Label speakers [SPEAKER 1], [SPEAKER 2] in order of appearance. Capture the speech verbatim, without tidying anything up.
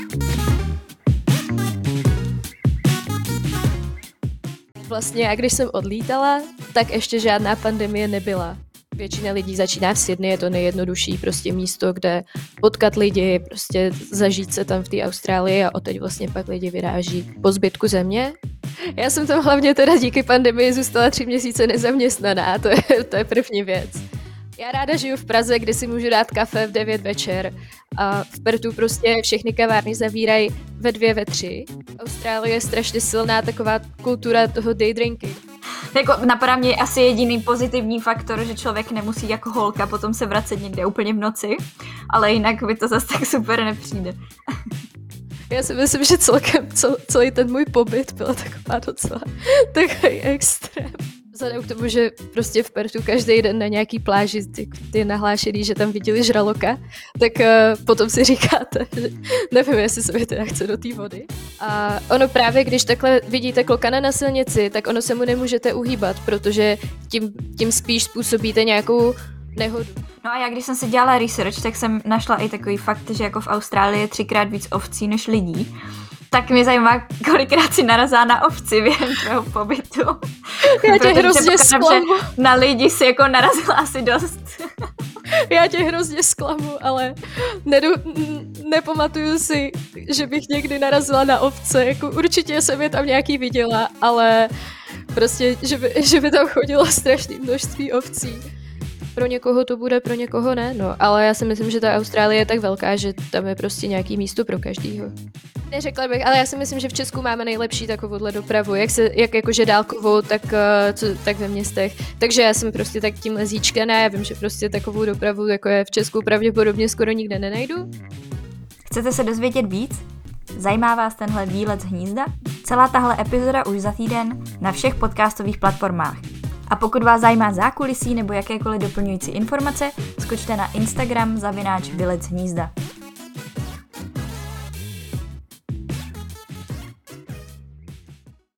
[SPEAKER 1] Vlastně já když jsem odlítala, tak ještě žádná pandemie nebyla. Většina lidí začíná v Sydney, je to nejjednodušší prostě místo, kde potkat lidi, prostě zažít se tam v té Austrálii a odteď vlastně pak lidi vyráží po zbytku země. Já jsem tam hlavně teda díky pandemii zůstala tři měsíce nezaměstnaná, to je, to je první věc. Já ráda žiju v Praze, kde si můžu dát kafe v devět večer a v Perthu prostě všechny kavárny zavírají ve dvě, ve tři. Austrálie je strašně silná taková kultura toho day drinking.
[SPEAKER 2] Jako napadá mě asi jediný pozitivní faktor, že člověk nemusí jako holka potom se vracet někde úplně v noci, ale jinak by to zase tak super nepřijde.
[SPEAKER 1] Já si myslím, že celkem cel, celý ten můj pobyt byla taková docela takový extrém. Vzhledem k tomu, že prostě v Perthu každý den na nějaký pláži je nahlášený, že tam viděli žraloka, tak uh, potom si říkáte, že nevím, jestli se mi teda chce do té vody. A ono právě, když takhle vidíte klokana na silnici, tak ono se mu nemůžete uhýbat, protože tím, tím spíš způsobíte nějakou nehodu.
[SPEAKER 2] No a já když jsem si dělala research, tak jsem našla i takový fakt, že jako v Austrálii je třikrát víc ovcí než lidí. Tak mě zajímá, kolikrát si narazila na ovci během tvého pobytu.
[SPEAKER 1] Já tě hrozně zklamu.
[SPEAKER 2] Na lidi si jako narazila asi dost.
[SPEAKER 1] Já tě hrozně zklamu, ale nedu, nepamatuju si, že bych někdy narazila na ovce. Jako určitě jsem je tam nějaký viděla, ale prostě, že by, že by tam chodilo strašné množství ovcí. Pro někoho to bude, pro někoho ne, no. Ale já si myslím, že ta Austrálie je tak velká, že tam je prostě nějaký místo pro každýho. Neřekla bych, ale já si myslím, že v Česku máme nejlepší takovouhle dopravu, jak, se, jak jakože dálkovou, tak, co, tak ve městech. Takže já jsem prostě tak tímhle zíčkaná, já vím, že prostě takovou dopravu, jako je v Česku, pravděpodobně skoro nikde nenajdu.
[SPEAKER 2] Chcete se dozvědět víc? Zajímá vás tenhle výlet z hnízda? Celá tahle epizoda už za týden na všech podcastových platformách. A pokud vás zajímá zákulisí nebo jakékoliv doplňující informace, skočte na Instagram zavináč Vylec z hnízda.